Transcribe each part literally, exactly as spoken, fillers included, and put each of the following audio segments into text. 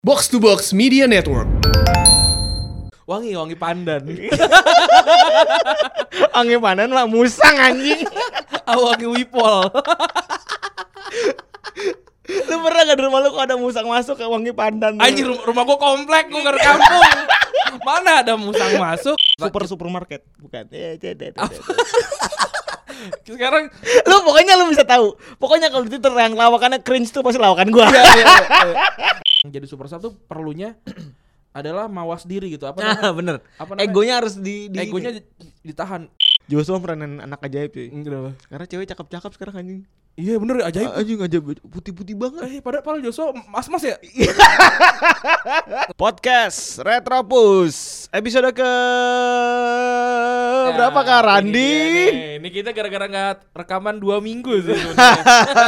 Box to Box Media Network. Wangi, wangi pandan. Wangi pandan mah musang anjing. Ah, wangi wipol. Lu pernah gak di rumah lu kok ada musang masuk ke wangi pandan? Anjir, rumah, rumah gua komplek, gua ke kampung. Mana ada musang masuk? Super supermarket, bukan. Sekarang Lu pokoknya lu bisa tahu. Pokoknya kalau di Twitter yang lawakannya cringe tuh pasti lawakan gua. iya, iya, iya. Jadi super sub tuh perlunya adalah mawas diri gitu. Apa Nah, namanya? bener. Apa namanya? Egonya harus di, di Egonya di- ditahan. Joshua peranan anak ajaib cuy. Kenapa? Karena cewek cakep-cakep sekarang anjing. Iya bener, ajaib. Anjing ajaib, putih-putih banget. Eh, padahal padahal Joshua mas-mas ya. Podcast Retropus episode ke berapa Ya, Kak ini Randi? dia nih. Ini kita gara-gara nggak rekaman dua minggu sih sebenarnya.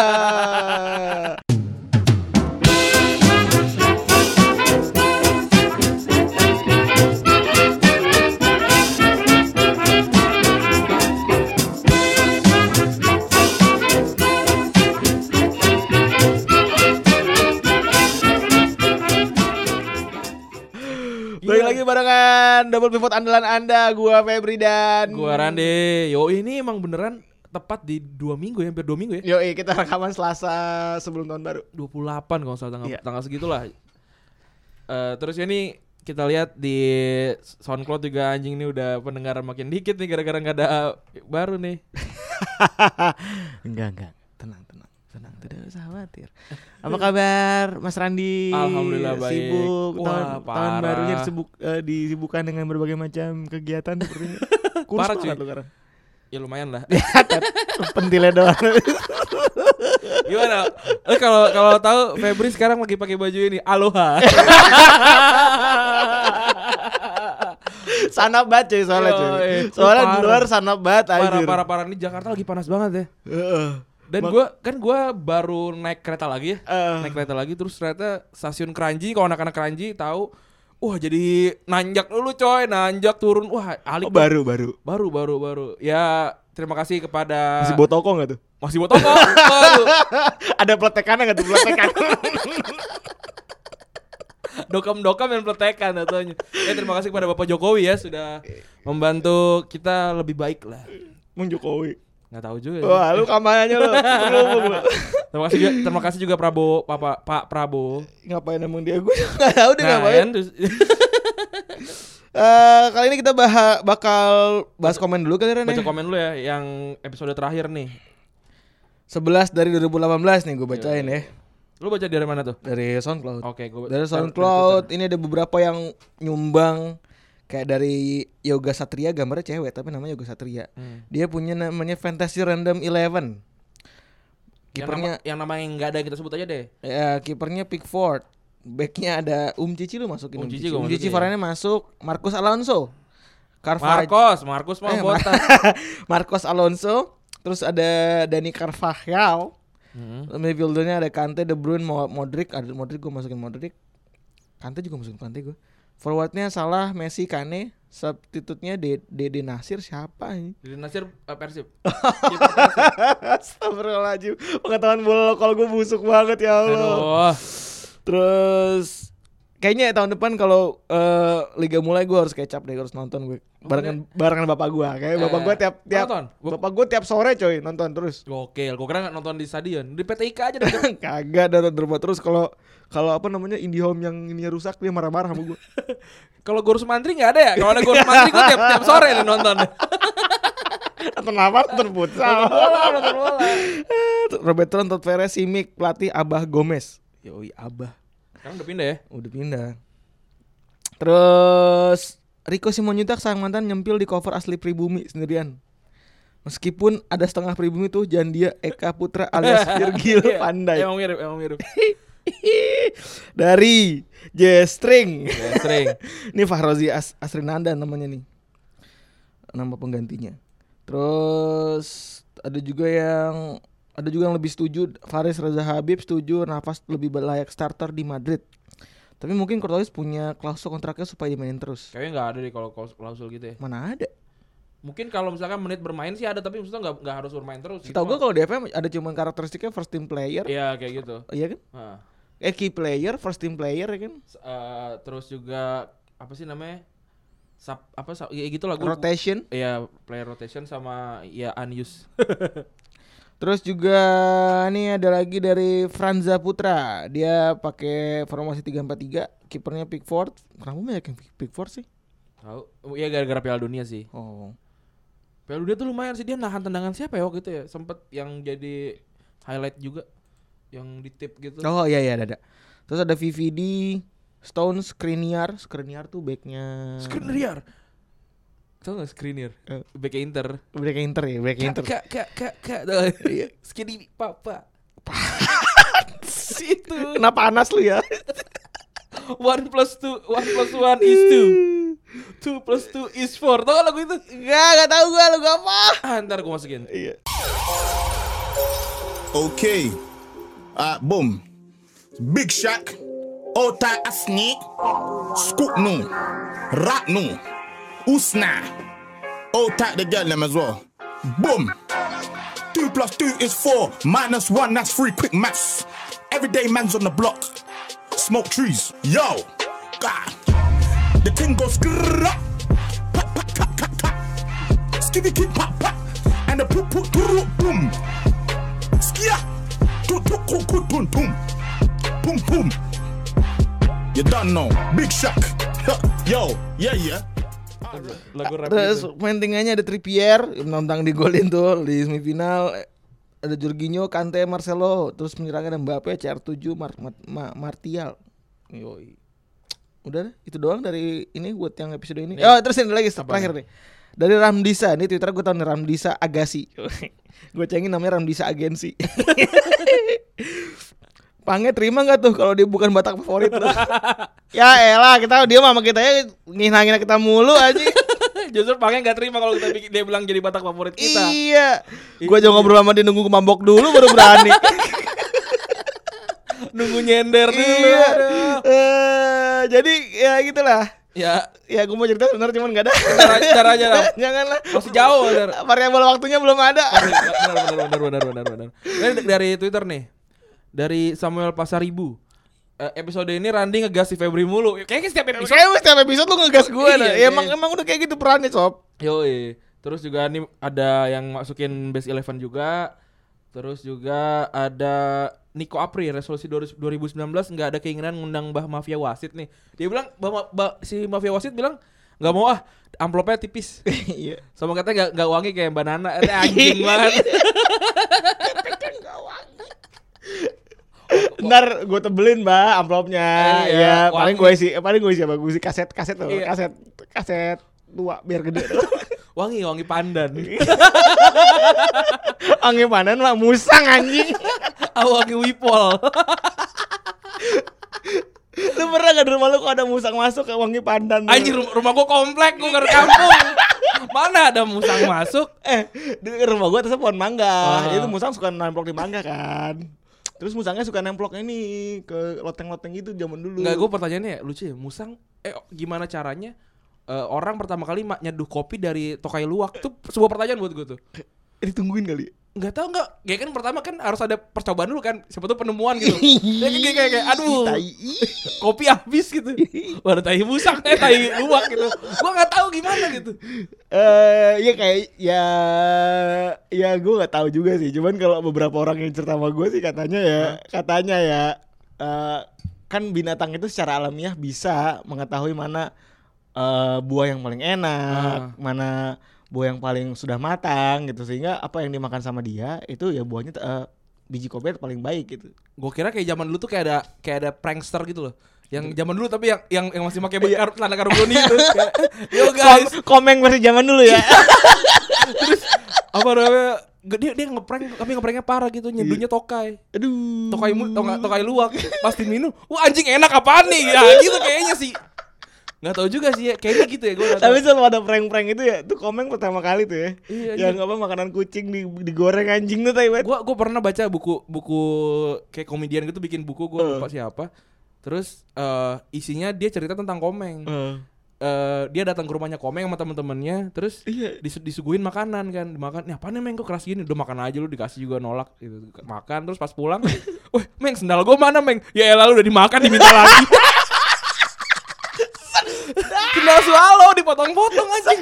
Balik lagi barengan double pivot andalan Anda, gua Febri dan Gua Rande. Yo, ini emang beneran tepat di dua minggu ya, hampir dua minggu ya. Yoi, kita rekaman Selasa sebelum tahun baru. dua puluh delapan kalau salah tanggal, Iya. tanggal segitulah. Eh terus ini kita lihat di SoundCloud juga anjing nih udah pendengaran makin dikit nih gara-gara nggak ada baru nih. Enggak, enggak. Tenang, tenang. Tenang, tidak usah khawatir. Apa kabar Mas Randi? Alhamdulillah baik. Sibuk Wah, tahun, tahun parah. barunya disibuk, eh, disibukkan dengan berbagai macam kegiatan sepertinya. Kurus Parah, banget cuy. lu sekarang. Ya lumayan lah. Pentilnya doang. Gimana? Eh kalau kalau tahu Febri sekarang lagi pakai baju ini Aloha. Sanap banget cuy soalnya cuy. Yoi. Soalnya di Parah. luar sanap banget Parah anjir. parah parah ini Jakarta lagi panas banget ya. Heeh. Dan Mak- gua kan gua baru naik kereta lagi ya. Eh. Naik kereta lagi terus ternyata stasiun Kranji, kalau anak-anak Kranji tahu, wah jadi nanjak dulu coy, nanjak turun, wah alik Oh, baru baru. baru baru baru. Ya terima kasih kepada Masih botoko enggak tuh? masih buat toko baru. Ada pletekannya enggak tuh pletekan? Dokam-dokam dan pletekan katanya. Ya terima kasih kepada Bapak Jokowi ya sudah membantu kita lebih baik lah. Mun Jokowi. Nggak tahu juga. Wah, lu kampanyenya lu. Lu- Terima kasih juga, terima kasih juga Prabowo, Papa, Pak Prabowo. Ngapain emang dia? Gue enggak tahu dia ngapain. kan, terus- Eh, kali ini kita bah- bakal bahas komen dulu kali Ren. baca komen lu ya yang episode terakhir nih. sebelas dari dua ribu delapan belas nih gue bacain ya. Lu baca dari mana tuh? Dari SoundCloud. Oke, gua Dari SoundCloud ini ada beberapa yang nyumbang, kayak dari Yoga Satria, gambarnya cewek tapi namanya Yoga Satria. Hmm. Dia punya namanya Fantasy Random Eleven. Yang nama, Kipernya yang nama yang enggak ada kita sebut aja deh. ya kipernya Pickford. Backnya ada Um Cici, lu masukin Um Um Cici Cici. gua Um Cici masukin. Varane masuk. Marcus Alonso. Carvajal. Marcos, Marcos mah Eh, botak. Marcos Alonso. Terus ada Dani Carvajal. Hmm. Midfieldernya ada Kante, De Bruyne, Mo- Modric. Ada Modric, gue masukin Modric. Kante juga masukin Kante gue. Forwardnya Salah, Messi, Kane. Substitute-nya De- Dede Nasir siapa ini? Jadi Nasir uh, Persib. Astagfirullahaladzim. Pengetahuan bola lokal gue busuk banget ya Allah. Aduh. Terus kayaknya tahun depan kalau eh, liga mulai gue harus kecap deh, harus nonton gue. Barengan barengan bapak gue. Kayak bapak gue tiap tiap nonton? Gua- bapak gue tiap sore coy nonton terus. Gokil, gua kira nggak nonton di stadion. Di P T I K aja deh. Kagak ada nonton rumah terus. Kalau kalau apa namanya IndiHome yang ininya rusak dia marah-marah sama gue. Kalau Gor Sumantri nggak ada ya? Kalau ada Gor Sumantri gua tiap tiap sore nih nonton. Nonton apa? Nonton futsal. Nonton bola, nonton bola. Roberto Todd Perez, Simic, pelatih Abah Gomez. Yoi Abah. Sekarang udah pindah ya? Udah pindah. Terus Rico Simonjutak sang mantan nyempil di cover asli Pribumi sendirian. Meskipun ada setengah Pribumi tuh Jandia Eka Putra alias Virgil Iya, van Dijk. Emang mirip, emang mirip. Dari J-String. Ya, sering. Ini Fahrozi As- Asrinanda namanya nih. Nama penggantinya. Terus ada juga yang ada juga yang lebih setuju, Faris Reza Habib setuju Navas lebih layak starter di Madrid. Tapi mungkin Courtois punya klausul kontraknya supaya dimainin terus. Kayaknya nggak ada deh kalau klausul gitu ya. Mana ada? Mungkin kalau misalkan menit bermain sih ada, tapi maksudnya nggak nggak harus bermain terus. Setahu gue kalau di F M ada cuma karakteristiknya first team player. Iya kayak gitu. Iya kan? Nah. Eh key player, first team player ya kan. Uh, terus juga apa sih namanya? Sub, apa sub, ya gitu lah gua. Rotation. Iya, player rotation sama ya unused. Terus juga nih ada lagi dari Franza Putra. Dia pakai formasi tiga empat tiga, kipernya Pickford. Kenapa banyak yang Pickford sih? Tahu. Iya gara-gara Piala Dunia sih. Oh. Piala Dunia tuh lumayan sih, dia nahan tendangan siapa ya waktu itu ya? Sempet yang jadi highlight juga yang di tip gitu. Oh iya iya ada. Terus ada V V D, Stones, Skriniar. Skriniar tuh backnya Skriniar. Tahu enggak Skriniar? Uh. Back Inter. Back Inter ya, back Inter. Kak kak kak kak. Skinny papa. Situ. Kenapa panas lu ya? One plus two, one plus one is two. Two plus two is four. Tahu gak lagu itu? Enggak, enggak tahu gua lagu apa. Ah, ntar gua masukin. Iya. Okay. Uh, boom. Big Shaq. Ota Asni. Scoop no. Rat no. Usna. Ota the girl them as well. Boom. Two plus two is four. Minus one, that's three. Quick maths. Everyday man's on the block. Smoke trees. Yo. God. The thing goes grrrr. Pop, pop, pop, pop, pop. Skitty, kid, pop, pop. And the poop, poop, poop, boom. Skia. Toot, toot, toot, toot, boom, boom. Boom, boom. You done know. Big Shaq. Yo. Yeah, yeah. Lagu rap Terus gitu. main tengahnya ada Trippier, nantang di golin tuh di semifinal. Ada Jorginho, Kante, Marcelo. Terus menyerangnya ada Mbappe, C R tujuh, Mar- Mar- Mar- Martial. Yoi. Udah deh, itu doang dari ini buat yang episode ini. Nih. Oh, terus ini lagi terakhir nih. Dari Ramdisa, ini Twitter gue tau nih Ramdisa Agassi. Gue cengin namanya Ramdisa Agensi. Pange terima nggak tuh kalau dia bukan Batak favorit? Ya elah, kita dia mama kita ya ngina-ngina kita mulu aja. Justru Pange nggak terima kalau kita bikin dia bilang jadi Batak favorit kita. Iya. Gua aja ngobrol sama dia nunggu mabok dulu baru berani. Nunggu nyender dulu. Iya. Aduh. Eh, jadi ya gitulah. Ya, Ya gue mau cerita sebenarnya cuman enggak ada. ntar aja dong. Janganlah. Masih jauh, bener. Variabel waktunya belum ada. Benar, benar, benar, benar, benar, benar. Dari, dari Twitter nih, dari Samuel Pasaribu. Uh, episode ini Randi ngegas si Febri mulu. Kayaknya setiap episode. Kayaknya setiap episode lu ngegas gue Iya, nah. iya. Ya, emang emang udah kayak gitu perannya, Sob. Yoi. Terus juga nih ada yang masukin base eleven juga. Terus juga ada Nico Apri, resolusi dua ribu sembilan belas nggak ada keinginan ngundang Mbah Mafia Wasit nih. Dia bilang bah, bah, si Mafia Wasit bilang nggak mau ah, amplopnya tipis. Iya. Sama katanya nggak nggak wangi kayak Mbak Nana, eh, anjing banget. Ntar gue tebelin mbak amplopnya. Iya, Ya paling wangi. gue isi, paling gue isi apa? Gue isi kaset kaset tuh, Iya. kaset kaset tua biar gede. Tuh. Wangi wangi pandan. Angin panen mah musang anjing. Ah, wangi wipol. Lu pernah gak di rumah lu kok ada musang masuk ke wangi pandan? tuh? Anjir, rumah, rumah gua komplek, gua nggak kampung. Mana ada musang masuk? Eh, di rumah gua atasnya pohon mangga. Ah. Itu musang suka nemplok di mangga kan. Terus musangnya suka nemplok ini ke loteng-loteng gitu zaman dulu. Enggak, gua pertanyaannya lucu ya, musang eh gimana caranya eh, orang pertama kali ma- nyeduh kopi dari tokai luwak tuh sebuah pertanyaan buat gua tuh. Eh, ditungguin kali. Enggak tahu enggak. Ya kan pertama kan harus ada percobaan dulu kan. Siapa tuh penemuan gitu. Ya kayak kayak, kayak aduh. Tai. Kopi habis gitu. Wah, ada tai musang, eh tai luwak gitu. Gua enggak tahu gimana gitu. Eh, ya kayak ya ya gue nggak tahu juga sih. Cuman kalau beberapa orang yang cerita sama gue sih katanya ya, katanya ya eh, kan binatang itu secara alamiah bisa mengetahui mana eh, buah yang paling enak, Ah. mana buah yang paling sudah matang gitu, sehingga apa yang dimakan sama dia itu ya buahnya eh, biji kopi paling baik gitu. Gue kira kayak zaman dulu tuh kayak ada kayak ada prankster gitu loh. Yang zaman dulu tapi yang yang, yang masih pakai kar- celana karungoni gitu. Kayak, yo guys. Kom- komeng versi zaman dulu ya. Terus apa namanya? Dia dia ngeprank tapi ngepranknya parah gitu, nyeduhnya tokai. Aduh. Tokai mu, tokai, tokai luwak. Pasti minum. Wah, anjing enak apaan nih? Ya gitu kayaknya sih. Nggak tahu juga sih ya. Kayaknya gitu ya gue. Tapi selalu ada prank-prank itu ya, tuh komeng pertama kali tuh ya. Iya, yang apa makanan kucing di, digoreng anjing tuh tai banget. Gua gua pernah baca buku buku kayak komedian gitu bikin buku, gua Uh. lupa siapa. Terus eh, isinya dia cerita tentang komeng. Uh. uh, dia datang ke rumahnya Komeng sama temen-temennya, terus Iya. dis- disuguhin makanan kan, dimakan. Nih apaan nih Meng kok keras gini? Udah makan aja lu, dikasih juga nolak gitu. Makan terus pas pulang, weh Meng sendal gua mana Meng? Ya elah lu udah dimakan diminta lagi. Sendal swallow dipotong-potong anjing.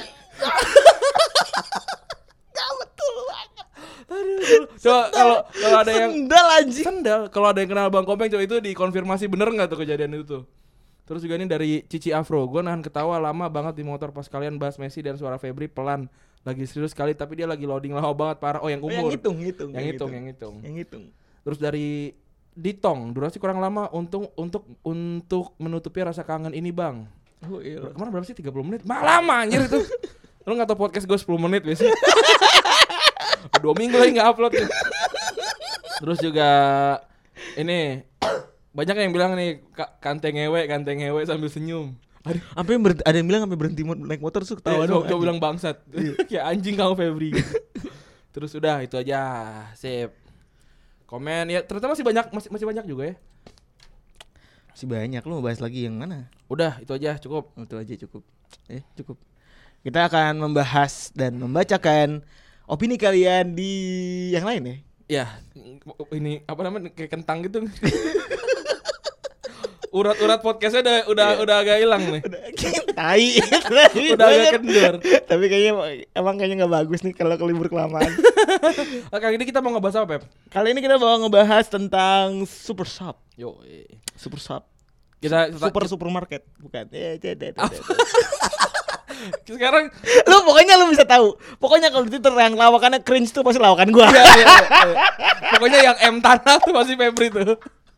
Gak betul banget. Aduh, coba kalau kalau ada yang Sendal anjing. sendal, kalau ada yang kenal Bang Komeng coba itu dikonfirmasi bener nggak tuh kejadian itu tuh. Terus juga ini dari Cici Afro, gue nahan ketawa lama banget di motor pas kalian bahas Messi dan suara Febri pelan. Lagi serius sekali tapi dia lagi loading lama banget parah. Oh yang Oh, umur. yang hitung, hitung. Yang hitung, yang hitung. Yang hitung. Terus dari Ditong, durasi kurang lama untuk untuk untuk menutupi rasa kangen ini Bang. Oh iya. Kemarin berapa sih? tiga puluh menit? Mah lama anjir itu. Lu enggak tahu podcast gue sepuluh menit biasanya. Dua minggu lagi enggak upload nih. Terus juga ini banyak yang bilang nih kante ngewe, kante ngewe sambil senyum. Aduh, Sampai yang berhenti, ada yang bilang sampai berhenti mo- naik motor tuh ketawa eh, doang. coba bilang bangsat. Kayak anjing kamu Febri. Terus udah itu aja. Sip. Komen ya ternyata masih banyak masih masih banyak juga ya. Masih banyak, lu mau bahas lagi yang mana? Udah itu aja cukup. Itu aja cukup. Eh, cukup. Kita akan membahas dan membacakan opini kalian di yang lain ya. Ya, ini apa namanya kayak kentang gitu. Urat-urat podcastnya udah udah udah agak hilang nih. Tai. Udah agak kendur. Tapi kayaknya emang kayaknya nggak bagus nih kalau kelibur kelamaan. Nah, kali ini kita mau ngebahas apa, Pep? Kali ini kita mau ngebahas tentang super shop. Yo, Super shop. kita, kita Super supermarket, bukan. Eh, eh, eh, eh, eh. sekarang Lu pokoknya lu bisa tahu. Pokoknya kalau di Twitter yang lawakannya cringe tuh pasti lawakan gua. ya, ya, ya, ya. Pokoknya yang M Tanah tuh masih Febri tuh.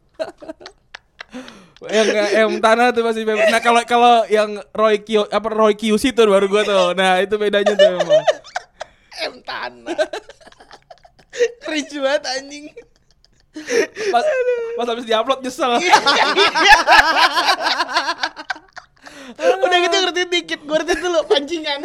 Yang M Tanah tuh masih Febri. Nah, kalau kalau yang Roy Kyo apa Roy Kyusi tuh baru gua tuh. Nah, itu bedanya tuh emang. M Tanah. Cringe banget anjing. Pas, pas habis diupload nyesel. Udah gitu ngerti dikit, gue ngerti dulu pancingan.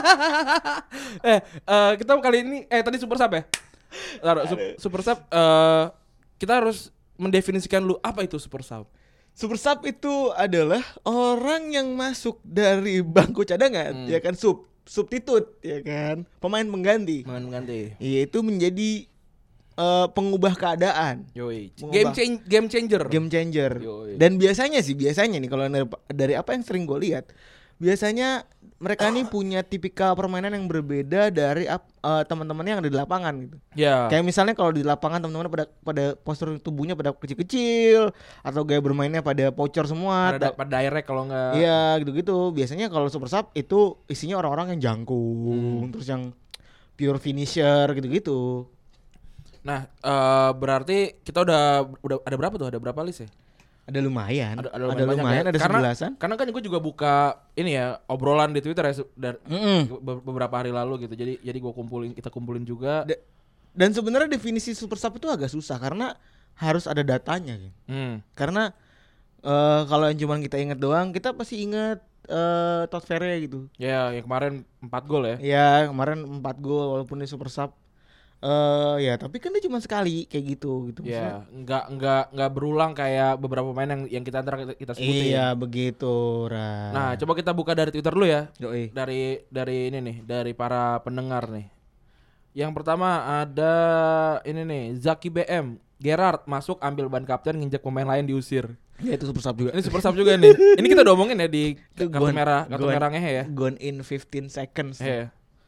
eh, uh, kita kali ini eh tadi super sub ya? Taruh, su- super sub uh, kita harus mendefinisikan lu apa itu super sub. Super sub itu adalah orang yang masuk dari bangku cadangan, Hmm. ya kan, sub, substitut, ya kan, pemain pengganti. Mengganti. Yaitu menjadi uh, pengubah keadaan. Yoi. Mengubah. Game change, game changer. Game changer. Yoi. Dan biasanya sih, biasanya nih kalau dari, dari apa yang sering gue lihat, biasanya mereka nih punya tipikal permainan yang berbeda dari ap- uh, teman-teman yang ada di lapangan gitu. Ya. Kayak misalnya kalau di lapangan teman-teman pada pada postur tubuhnya pada kecil-kecil atau gaya bermainnya pada pocor semua. Ada Da- dapat direct kalau enggak. Iya gitu-gitu. Biasanya kalau super sub itu isinya orang-orang yang jangkung, Hmm. terus yang pure finisher gitu-gitu. Nah, uh, berarti kita udah udah ada berapa tuh? Ada berapa list ya? Ada lumayan. Ada, Ada, ada lumayan, banyak lumayan, ya. ada karena, sebelasan. Karena kan gue juga buka ini ya obrolan di Twitter ya su- dar- Mm-mm. be- beberapa hari lalu gitu. Jadi jadi gue kumpulin kita kumpulin juga. Da- Dan sebenarnya definisi super sub itu agak susah karena harus ada datanya gitu. Hmm. Karena eh, kalau yang cuma kita ingat doang, kita pasti ingat eh Todd Ferry gitu. Ya, yang kemarin empat gol ya. Ya kemarin empat gol walaupun dia super sub. Eh ya tapi kan dia cuma sekali kayak gitu gitu. Ya, nggak nggak nggak berulang kayak beberapa pemain yang yang kita antara kita, kita sebutin. Iya begitu, Ra. Nah, coba kita buka dari Twitter dulu ya. Yoi. Dari dari ini nih, dari para pendengar nih. Yang pertama ada ini nih, Zaki B M. Gerard masuk ambil ban kapten nginjak pemain lain diusir. Ya itu super sub juga. Ini super sub juga nih. Ini kita udah omongin ya di Itu kartu gone- merah, kartu gone- merah ngehe ya. Gone in fifteen seconds. Iya.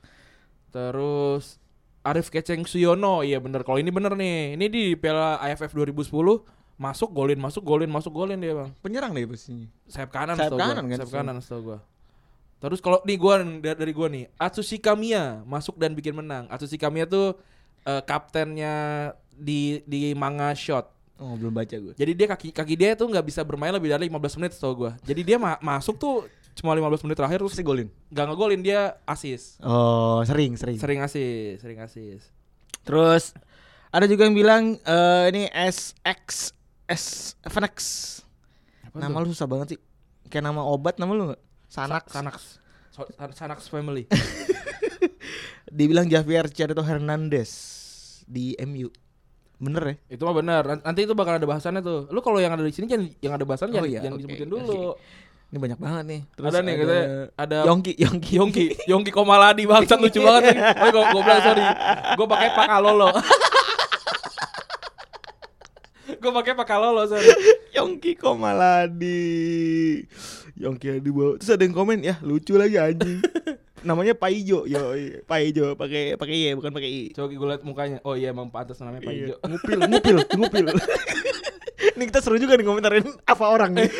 Terus Arif Keceng Suyono, iya bener. Kalau ini bener nih. Ini di Piala A F F dua ribu sepuluh masuk golin, masuk golin, masuk golin dia bang. Penyerang deh pastinya. Sayap kanan, Sayap setahu kanan gua. kan, Sayap setahu. kanan setahu gua. Terus kalau nih gua dari, dari gua nih, Atsushi Kamiya masuk dan bikin menang. Atsushi Kamiya tuh eh, kaptennya di di manga shot. Oh belum baca gue. Jadi dia kaki kaki dia tuh nggak bisa bermain lebih dari lima belas menit setahu gua. Jadi dia ma- masuk tuh cuma lima belas menit terakhir terus Pasti golin. nggak ngegolin, dia asis. Oh sering sering. Sering asis, sering asis. Terus ada juga yang bilang eh, ini S X S Fnax. Apa Nama tuh? lu susah banget sih. Kayak nama obat nama lu nggak? Sanax. Sanax. So- Sanax family. Dibilang Javier Cerito Hernandez di M U. Bener ya? Itu mah benar. Nanti itu bakal ada bahasannya tuh. Lu kalau yang ada di sini jangan yang ada bahasannya Oh jangan, iya, jangan oke, disebutin oke. dulu. Ini banyak banget nih. Terus ada nih katanya ada Yongki, Yongki, Yongki, Yongki Komaladi bangsat lucu banget nih. Oh, gue gue bilang sorry. Gue pakai Pakalolo. Gue pakai Pakalolo sorry. Yongki Komaladi. Yongki di bawah. Terus ada yang komen, ya lucu lagi anjing. Namanya Paijo. Yo, Paijo pakai pakai Y bukan pakai I. Coba gue liat mukanya. Oh iya emang pantas namanya Paijo. Iya. Ngupil, ngupil, ngupil. Ini kita seru juga nih komentarin apa orang nih.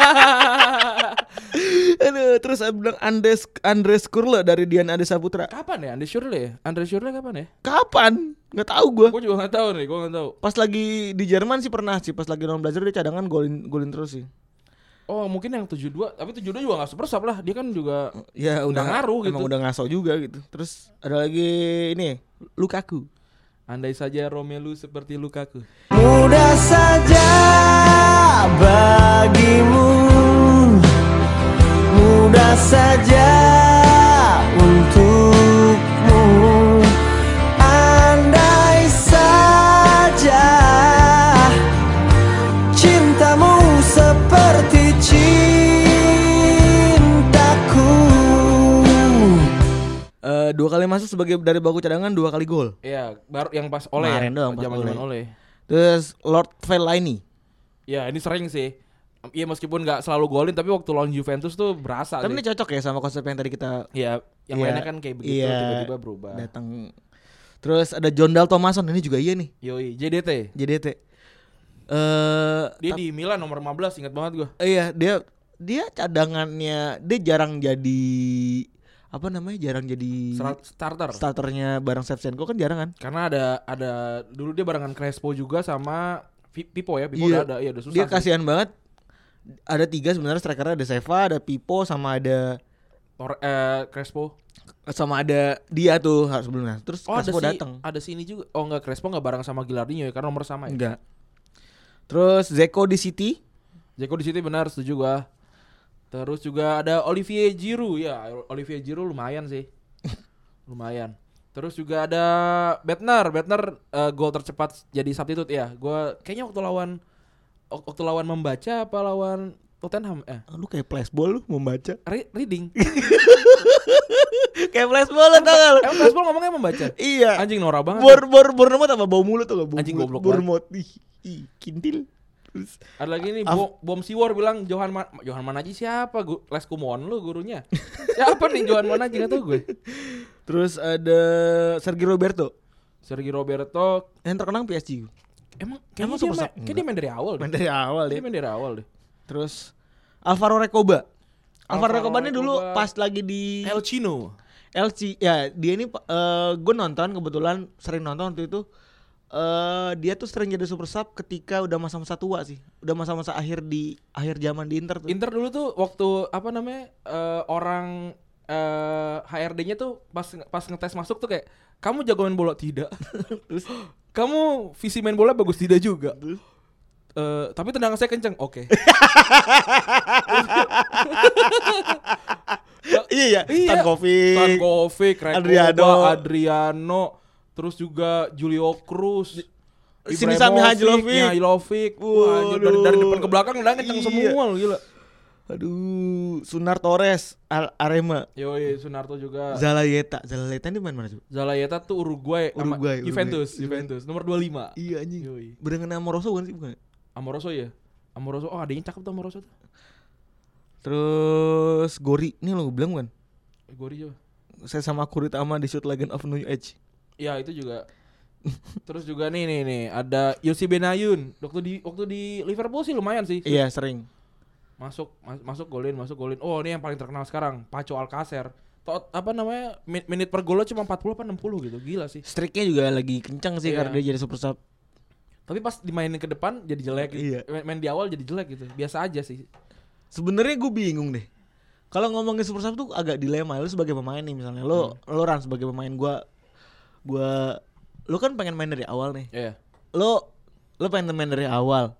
Aduh, terus saya bilang Andres Andres Kurle dari Dian Ade Saputra. Kapan ya Andre Schürrle ya? Andre Schürrle kapan ya? Kapan? Nggak tahu gue. Gue juga nggak tahu nih, gue nggak tahu. Pas lagi di Jerman sih pernah sih, pas lagi non belajar dia cadangan golin golin terus sih. Oh mungkin yang tujuh dua, tapi tujuh dua juga nggak super sub lah. Dia kan juga Ya udah ngaruh gitu. Emang udah ngaso juga gitu. Terus ada lagi ini Lukaku. Andai saja Romelu seperti Lukaku. Mudah saja bagimu, mudah saja untukmu. Andai saja cintamu seperti cintaku. Uh, dua kali masuk sebagai dari bangku cadangan, dua kali gol. Iya, baru yang pas Oleh Kemarin ya. doang pas Zaman-zaman Oleh. Oleh. Terus Lord Fellaini. Ya ini sering sih. Iya meskipun nggak selalu golin, tapi waktu lawan Juventus tuh berasa. Tapi sih. ini cocok ya sama konsep yang tadi kita Iya, yang Iya, lainnya kan kayak begitu iya, tiba-tiba berubah. datang. Terus ada John Dal Thomason, ini juga iya nih, Yoi, J D T. J D T. Eh Dia tap- di Milan nomor lima belas, ingat banget gua. iya, dia dia cadangannya dia jarang jadi apa namanya? Jarang jadi Serat- Starter. starternya bareng Shevchenko kan jarang kan? Karena ada ada dulu dia barengan Crespo juga sama Pi- Pipo ya, Pipo Iya. udah ada, iya udah susah. Dia sih. kasihan banget. Ada tiga sebenarnya strikernya, ada Seva, ada Pipo sama ada Tor- eh, Crespo. sama ada dia tuh harus sebelumnya. Terus Oh ada Crespo si datang. ada si ini juga. Oh enggak, Crespo enggak bareng sama Gilardino ya karena nomor sama ya. Enggak. Terus Zeko di City. Zeko di situ benar, setuju gua. Terus juga ada Olivier Giroud ya, Olivier Giroud lumayan sih. Lumayan. Terus juga ada Bettner, Bettner eh, gol tercepat jadi substitute ya. Gua kayaknya waktu lawan waktu lawan membaca apa lawan Tottenham eh Lu kayak flashball lu membaca. Re- reading. Kayak flashball lu tau gak lu? Emang baseball ngomongnya membaca. Iya. Anjing norak banget. Bor bor bor nama apa bau mulut tuh gak? Bau Anjing mulut. goblok Bor banget. mot. Ih, ih, kintil. Terus Ada lagi nih Af- Bo- Bom Siwor bilang Johan Ma- Johan Manaji siapa? Gu- Les Kumon lu gurunya. Siapa nih Johan Manaji enggak tahu gue. terus ada Sergio Roberto. Sergio Roberto Yang terkenal P S G. emang Emang kayaknya dia, super main, sub? kayak dia main dari awal deh. Main dari awal Dia deh. main dari awal deh. Terus Alvaro Recoba. Alvaro Alvaro Recoba ini dulu Recoba. pas lagi di El Chino. L C. Ya, dia ini eh gue nonton kebetulan sering nonton waktu itu. Eh dia tuh sering jadi super sub ketika udah masa-masa tua sih. Udah masa-masa akhir di akhir zaman di Inter tuh. Inter dulu tuh waktu apa namanya eh, orang eh, H R D-nya tuh pas pas ngetes masuk tuh kayak kamu jago main bola tidak? Terus kamu visi main bola bagus tidak juga? Eh, tapi tendangan saya kenceng. Oke. Iya, iya. Stankovic. Stankovic, Recoba, Adriano. Adriano, terus juga Julio Cruz. Sini Sami Hajlovic. Hajlovic. Wah, anjir, dari, dari depan ke belakang udah kenceng Iya. semua lu, gila. Aduh, Sunar Torres, Al Arema, Yoi, Sunarto juga. Zalayeta. Zalayeta ini main mana coba? Zalayeta tuh Uruguay, sama Uruguay, Juventus, Uruguay. Juventus, nomor dua puluh lima. Iya anjing. Yoi. Barengan sama Amoroso kan sih bukan? Amoroso ya? Amoroso, oh adanya cakep tuh Amoroso tuh. Terus Gori, ini lo bilang kan? Gori coba. Saya sama Kuritama di Shoot Legend of New Age. Ya itu juga. Terus juga nih nih nih ada Yossi Benayoun. Waktu di waktu di Liverpool sih lumayan sih. Iya sering. Masuk mas, masuk golin, masuk golin. Oh, ini yang paling terkenal sekarang, Paco Alcacer. Tot, apa namanya? min- Menit per golnya cuma empat puluh apa enam puluh gitu. Gila sih. Streaknya juga lagi kencang sih Iya. karena dia jadi super sub. Tapi pas dimainin ke depan jadi jelek gitu. Iya. Main, main di awal jadi jelek gitu. Biasa aja sih. Sebenarnya gue bingung deh. Kalau ngomongin super sub tuh agak dilema. Lu sebagai pemain nih misalnya, lo lo Ran sebagai pemain, gua gua lo kan pengen main dari awal nih. Iya. Lo lo pengen main dari awal.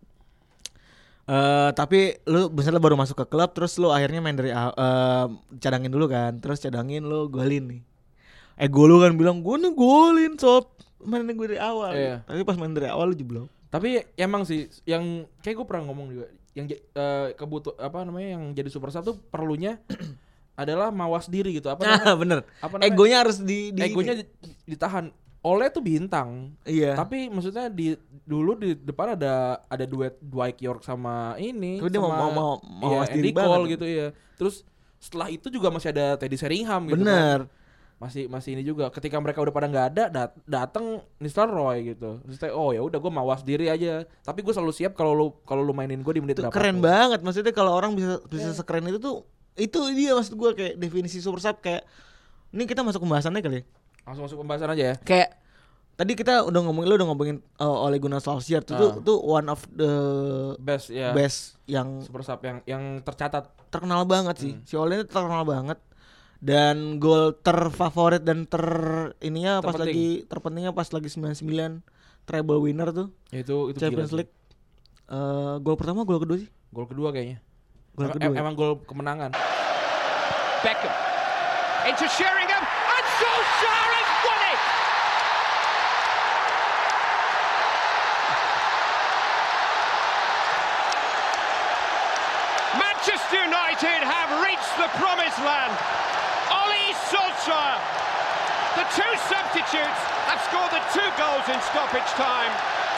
Eh tapi lu misalnya baru masuk ke klub, terus lu akhirnya main dari aw- eh, cadangin dulu kan, terus cadangin lu golin nih. Eh gol lu kan bilang gue nih golin sob, main gue dari awal. Iya. Tapi pas main dari awal lu jeblok. Tapi emang sih yang kayak gue pernah ngomong juga. yang uh, kebutuh apa namanya yang jadi super sub tuh perlunya adalah mawas diri gitu apa namanya? Nah, bener. Apa namanya? Egonya harus di, di Egonya ditahan. Ole tuh bintang. Iya. Tapi maksudnya di dulu di depan ada ada duet Dwight York sama ini. Tapi dia sama, mau mau mau iya, mawas diri Andy Cole banget. gitu ya. Terus setelah itu juga masih ada Teddy Sheringham gitu. Bener. Kan. Masih masih ini juga. Ketika mereka udah pada nggak ada, dat datang Nistelrooy gitu. Terus kayak, oh ya udah gue mawas diri aja. Tapi gue selalu siap kalau lu kalau lu mainin gue di menit Itu berapa. keren banget. Maksudnya kalau orang bisa bisa yeah. sekeren itu tuh itu dia maksud gue kayak definisi super sub kayak ini kita masuk pembahasannya kali ya. Langsung masuk pembahasan aja ya. Kayak tadi kita udah ngomongin lu udah ngomongin uh, Ole Gunnar Solskjaer itu uh. tuh one of the best ya. best yang super sub yang yang tercatat. Terkenal banget sih. Hmm. Si Ole ini terkenal banget. Dan gol terfavorit dan ter ininya pas lagi terpentingnya pas lagi sembilan puluh sembilan treble winner tuh. Itu itu Champions League. Uh, gol pertama, gol kedua sih? Gol kedua kayaknya. Gol em- kedua. Emang gol kemenangan. Beckham into Sheringham and Solskjaer has won it. Manchester United have reached the promised land. Ole Solskjaer, the two substitutes, have scored the two goals in stoppage time.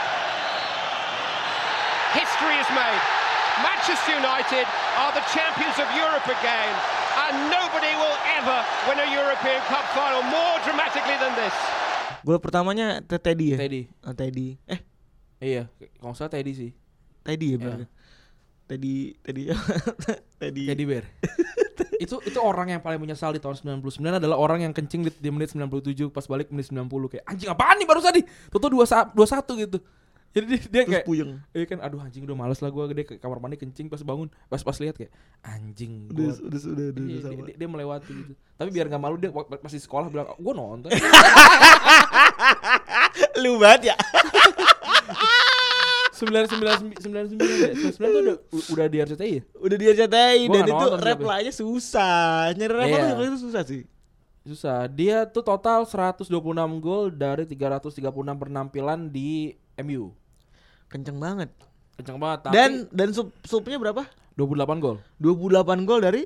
History is made. Manchester United are the champions of Europe again, and nobody will ever win a European Cup final more dramatically than this. Gol pertamanya Teddy ya? Teddy. Oh, Teddy. Eh, iya, kalau nggak salah Teddy sih. Teddy ya benar. Yeah. Teddy, Teddy, Teddy. Teddy Bear. itu itu orang yang paling menyesal di tahun sembilan puluh sembilan adalah orang yang kencing di, di menit sembilan puluh tujuh pas balik menit sembilan puluh kayak anjing apaan nih barusan nih. Toto dua satu gitu. Jadi dia, dia Terus kayak puyeng. Iya kan aduh anjing udah males lah gua dia ke kamar mandi kencing pas bangun pas pas lihat kayak anjing Udah, gua. udah, udah, udah, Iya, udah sama. dia, dia, dia melewati gitu. Tapi biar enggak malu dia wak- pas di sekolah bilang gua nonton. Lu banget ya. sembilan sembilan sembilan sembilan ya. sembilan sembilan tuh udah udah di R C T I ya? Udah dia cetai Gua dan nggak itu nonton rap tapi. aja susah. Nyari rap Iya. aja itu susah sih. Susah. Dia tuh total seratus dua puluh enam gol dari tiga ratus tiga puluh enam penampilan di M U. Kenceng banget. Kenceng banget. Tapi Dan dan sub subnya berapa? dua puluh delapan gol. dua puluh delapan gol dari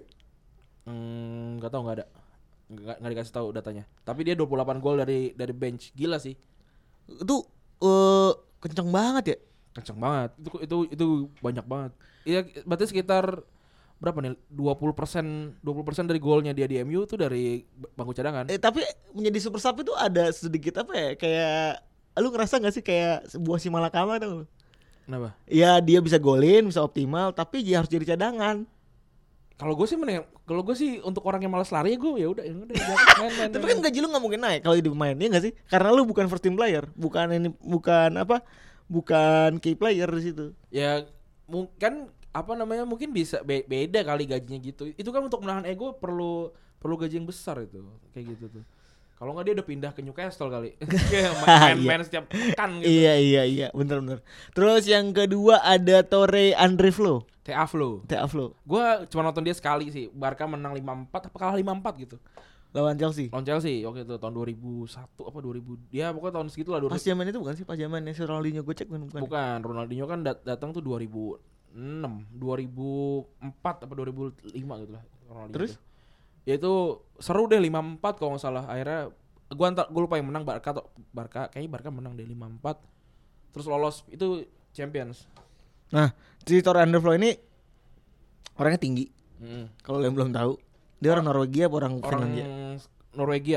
Hmm, enggak tahu enggak ada. Enggak enggak dikasih tahu datanya. Tapi dia dua puluh delapan gol dari dari bench. Gila sih. itu uh, kenceng banget ya. Kenceng banget. Itu itu itu banyak banget. Iya, berarti sekitar berapa nih? dua puluh persen dua puluh persen dari golnya dia di M U tuh dari bangku cadangan. Eh tapi menjadi super sub itu ada sedikit apa ya? Kayak lu ngerasa enggak sih kayak sebuah si malakama tuh? Kenapa? Ya dia bisa golin, bisa optimal, tapi dia harus jadi cadangan. Kalau gue sih mending kalau gue sih untuk orang yang malas lari gue ya udah ya udah main main. Tapi kan gaji lu nggak mungkin naik kalau hidup main, ya nggak sih? Karena lu bukan first team player, bukan ini, bukan apa, bukan key player di situ. Ya mungkin apa namanya mungkin bisa be- beda kali gajinya gitu. Itu kan untuk menahan ego perlu perlu gaji yang besar itu kayak gitu tuh. Kalau nggak dia udah pindah ke Newcastle kali. Kayak main-main setiap pekan gitu. Iya iya iya, bener-bener. Terus yang kedua ada Torre Andre Flo. T A Flo. T A Flo Gue cuma nonton dia sekali sih. Barca menang lima empat apa kalah lima empat gitu. lawan Chelsea. Lawan Chelsea waktu itu tahun dua ribu satu apa dua ribu. Dia pokoknya tahun segitu lah dua ribu. Pas zaman itu bukan sih? Pas zamannya si Ronaldinho gue cek bukan. bukan. Bukan, Ronaldinho kan dat- datang tuh dua ribu enam, dua ribu empat apa dua ribu lima gitu lah Ronaldinho. Terus? Tuh. Ya itu seru deh lima empat kalau enggak salah. Akhirnya gua entar gua lupa yang menang Barca atau Barca, kayaknya Barca menang deh lima empat. Terus lolos itu Champions. Nah, si Torre Andre Flo ini orangnya tinggi. Mm. Kalau yang belum tahu, dia orang Norwegia apa orang Orang Finlandia? Norwegia.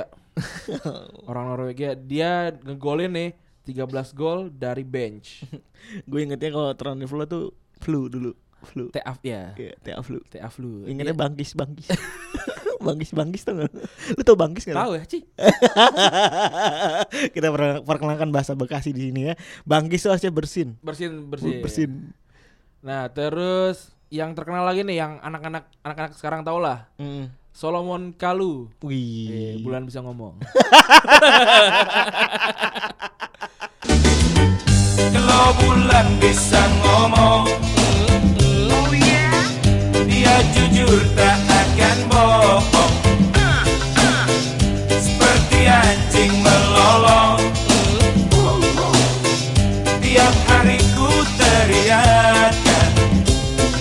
Orang Norwegia, dia ngegolin nih tiga belas gol dari bench. Gue ingetnya kalau Torre Andre Flo tuh flu dulu, flu. T A F ya. Iya, T A flu. T A Flu. Ingatnya bangkis bangkis. bangkis bangkis tau gak? Lu tau bangkis gak? Tahu ya, Ci? Kita per- perkenalkan bahasa Bekasi di sini ya. Bangkis itu harusnya bersin. Bersin bersin. Bersin. Nah, terus yang terkenal lagi nih yang anak-anak anak-anak sekarang tau lah. Mm. Solomon Kalou. Wih. Eh, bulan bisa ngomong. Kalau bulan bisa ngomong, oh yeah, dia jujur tak akan bohong. Seperti anjing melolong, tiap hari ku teriakan,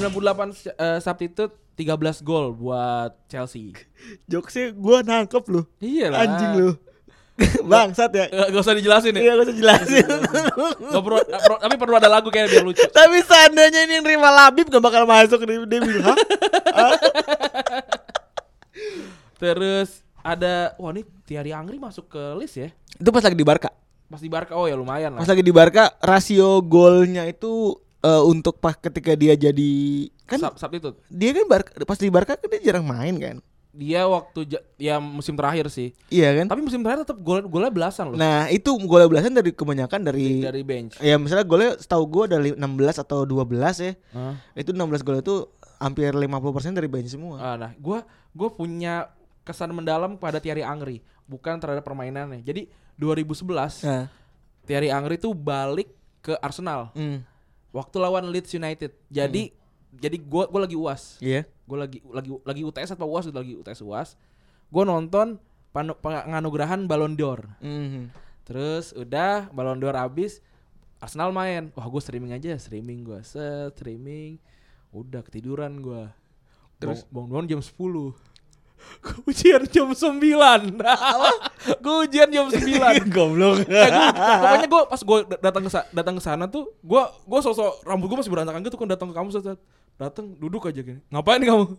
sembilan puluh delapan uh, substitute tiga belas gol buat Chelsea. Jokesnya gue nangkep lu. Iya lah. Anjing lu. Bangsat ya. Gak, gak usah dijelasin ya. Iya gak usah jelasin. Gak perlu, perlu- tapi perlu ada lagu kayak biar lucu. Tapi seandainya ini yang nerima Labib gak bakal masuk. Dia, dia bilang, hah? Terus ada, wah ini Thierry Henry masuk ke list ya. Itu pas lagi di Barca. Pas di Barca, oh ya lumayan lah. Pas lagi di Barca rasio golnya itu uh, untuk pas ketika dia jadi kan Sub, substitute. dia kan Barca, pas di Barca kan dia jarang main kan. Dia waktu ja- ya musim terakhir sih. Iya kan? Tapi musim terakhir tetap gol golnya belasan loh. Nah, itu golnya belasan dari kebanyakan dari dari bench. ya misalnya golnya setahu gue ada enam belas atau dua belas ya. Hah? Itu enam belas gol itu hampir lima puluh persen dari bench semua. Ah, nah, gua gua punya kesan mendalam pada Thierry Henry, bukan terhadap permainannya. Jadi dua ribu sebelas Nah. Thierry Henry tuh balik ke Arsenal Hmm. waktu lawan Leeds United. Jadi jadi gua gua lagi U A S. Iya. Gue lagi lagi lagi U T S atau U A S, lagi U T S U A S. Gue nonton panu- penganugerahan Ballon d'Or. Mhm. Terus udah Ballon d'Or habis, Arsenal main. Wah, gue streaming aja, streaming gue, set streaming. Udah ketiduran gue. Terus bangun jam sepuluh. Gue ujian jam sembilan. Gue ujian jam sembilan. Goblok. Eh, gua, pokoknya gue pas gue datang ke sa- datang ke sana tuh, gue gue sosok rambut gue masih berantakan gitu kan, datang ke kamu saat datang duduk aja gini. Ngapain kamu?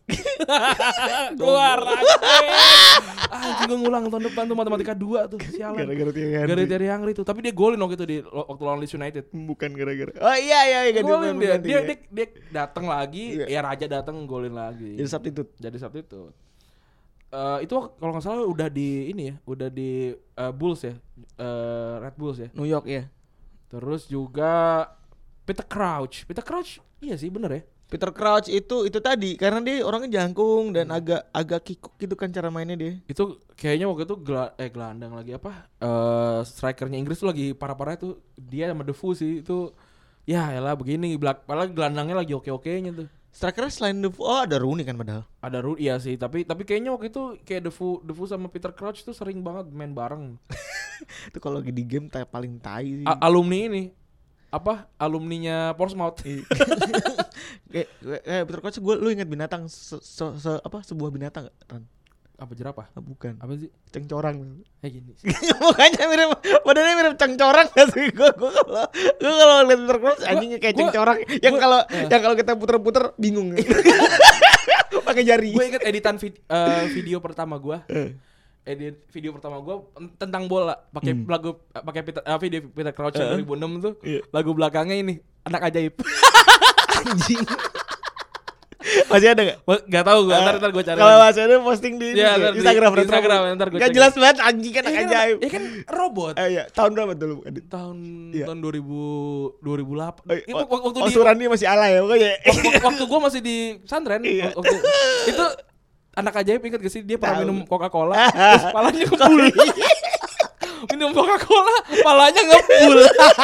Keluar anjing, gue ngulang tahun depan tuh matematika dua tuh, sialan. Gara-gara Thierry Henry. Gara-gara Thierry Henry tuh. Tapi dia golin waktu itu di waktu lawan Leeds United. Bukan gara-gara. Oh iya iya iya ganti Golin pemain dia. ganti Dia ya. dia, dia datang lagi, Iya. ya Raja datang golin lagi. Jadi substitute. Jadi substitute. Eh itu kalau nggak salah udah di ini ya, udah di eh, Bulls ya, eh, Red Bulls ya. New York ya. Terus juga Peter Crouch. Peter Crouch, iya sih bener ya. Peter Crouch itu itu tadi karena dia orangnya jangkung dan agak agak kikuk gitu kan cara mainnya dia. Itu kayaknya waktu itu gela- eh gelandang lagi apa? Eh strikernya Inggris tuh lagi parah-parah itu. Dia sama Defoe sih itu. Ya elah begini, belak padahal gelandangnya lagi oke-okenya tuh. Strikernya selain Defoe, oh ada Rooney kan padahal. Ada Ru iya sih, tapi tapi kayaknya waktu itu kayak Defoe Defoe sama Peter Crouch tuh sering banget main bareng. Itu kalau lagi di game tay paling tai sih. A- alumni ini apa? Alumninya Portsmouth. Kayak kayak Peter Crouch gue lu ingat binatang se, se- se- apa sebuah binatang enggak? Ran? Apa jerapah? Ah, bukan. Apa sih? Cengcorang. Kayak gini. Mukanya mirip, badannya mirip cengcorang gak sih? Gue gue kalau gue kalau lihat Peter Crouch anjingnya kayak gua- cengcorang. Yang gua- kalau eh. yang kalau kita puter-puter bingung. Pakai jari. Gue inget editan vid- eh, video pertama gue. Eh. Edit video pertama gue tentang bola, pakai lagu pakai Peter uh, video Peter Crouch yang Eh. dua ribu enam tuh. Iya. Lagu belakangnya ini Anak Ajaib. Anjing. Masih ada gak? Gak tau gue, ntar, ntar gue cari. Kalau lagi. masih ada posting di, Iya, di ntar di Instagram, di Instagram, ntar gua Gak cek. jelas banget anjing kan Ya kan, ajaib. ya kan robot. Eh, iya, tahun berapa dulu? Tahun Iya. tahun dua ribu dua ribu delapan. Oh, Itu oh, waktu, waktu oh, di Surani masih alay ya pokoknya. waktu, waktu gue masih di pesantren. Iya. Waktu, itu Anak Ajaib, inget gak sih dia pernah Tahu. minum Coca-Cola terus palanya ngebul. Minum Coca-Cola palanya ngebul.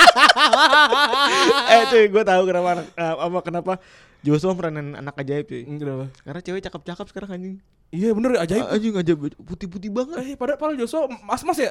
eh cuy, gue tahu kenapa anak, eh, apa kenapa Joshua peranan anak ajaib cuy. Kenapa? Karena cewek cakep-cakep sekarang anjing. Iya bener, ajaib. Ah, Anjing ajaib putih-putih banget. Eh padahal padahal Joshua mas-mas ya.